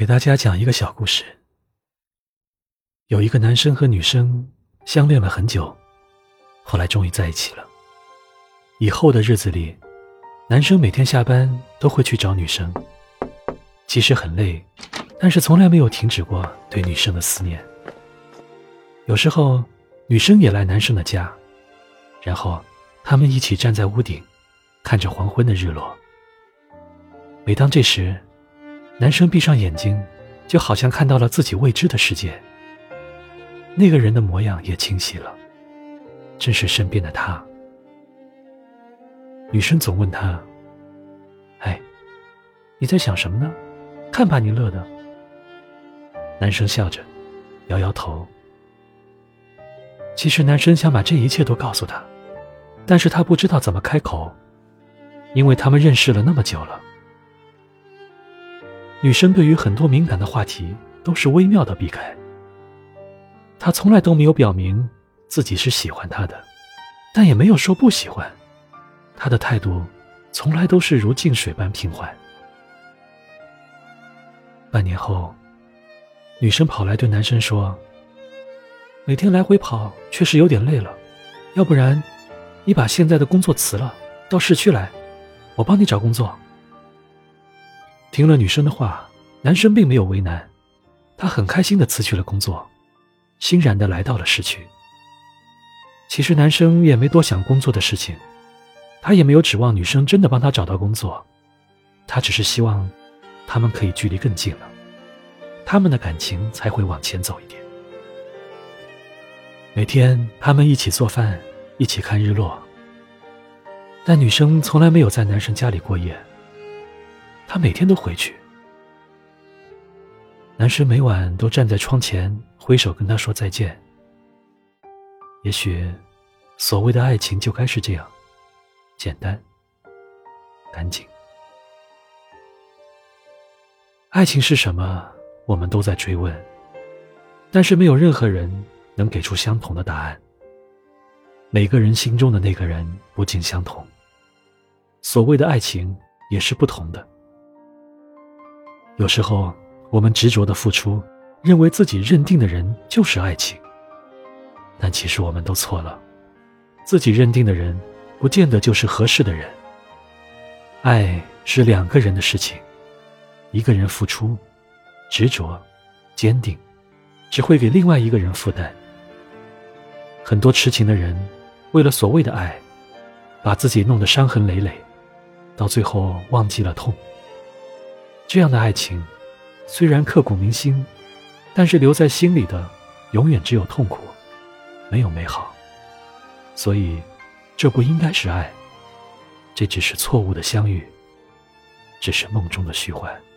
给大家讲一个小故事。有一个男生和女生相恋了很久，后来终于在一起了。以后的日子里，男生每天下班都会去找女生，即使很累，但是从来没有停止过对女生的思念。有时候女生也来男生的家，然后他们一起站在屋顶，看着黄昏的日落。每当这时，男生闭上眼睛，就好像看到了自己未知的世界。那个人的模样也清晰了，正是身边的他。女生总问他：哎，你在想什么呢？看把你乐的。男生笑着摇摇头。其实男生想把这一切都告诉她，但是他不知道怎么开口，因为他们认识了那么久了。女生对于很多敏感的话题都是微妙的避开，她从来都没有表明自己是喜欢他的，但也没有说不喜欢，她的态度从来都是如静水般平缓。半年后，女生跑来对男生说：每天来回跑确实有点累了，要不然你把现在的工作辞了，到市区来，我帮你找工作。听了女生的话，男生并没有为难，他很开心地辞去了工作，欣然地来到了市区。其实男生也没多想工作的事情，他也没有指望女生真的帮他找到工作，他只是希望他们可以距离更近了，他们的感情才会往前走一点。每天他们一起做饭，一起看日落，但女生从来没有在男生家里过夜，她每天都回去。男生每晚都站在窗前挥手跟她说再见。也许所谓的爱情就该是这样，简单干净。爱情是什么，我们都在追问，但是没有任何人能给出相同的答案。每个人心中的那个人不尽相同，所谓的爱情也是不同的。有时候我们执着的付出，认为自己认定的人就是爱情，但其实我们都错了，自己认定的人不见得就是合适的人。爱是两个人的事情，一个人付出执着坚定，只会给另外一个人负担。很多痴情的人为了所谓的爱，把自己弄得伤痕累累，到最后忘记了痛。这样的爱情虽然刻骨铭心，但是留在心里的永远只有痛苦，没有美好。所以这不应该是爱，这只是错误的相遇，只是梦中的虚幻。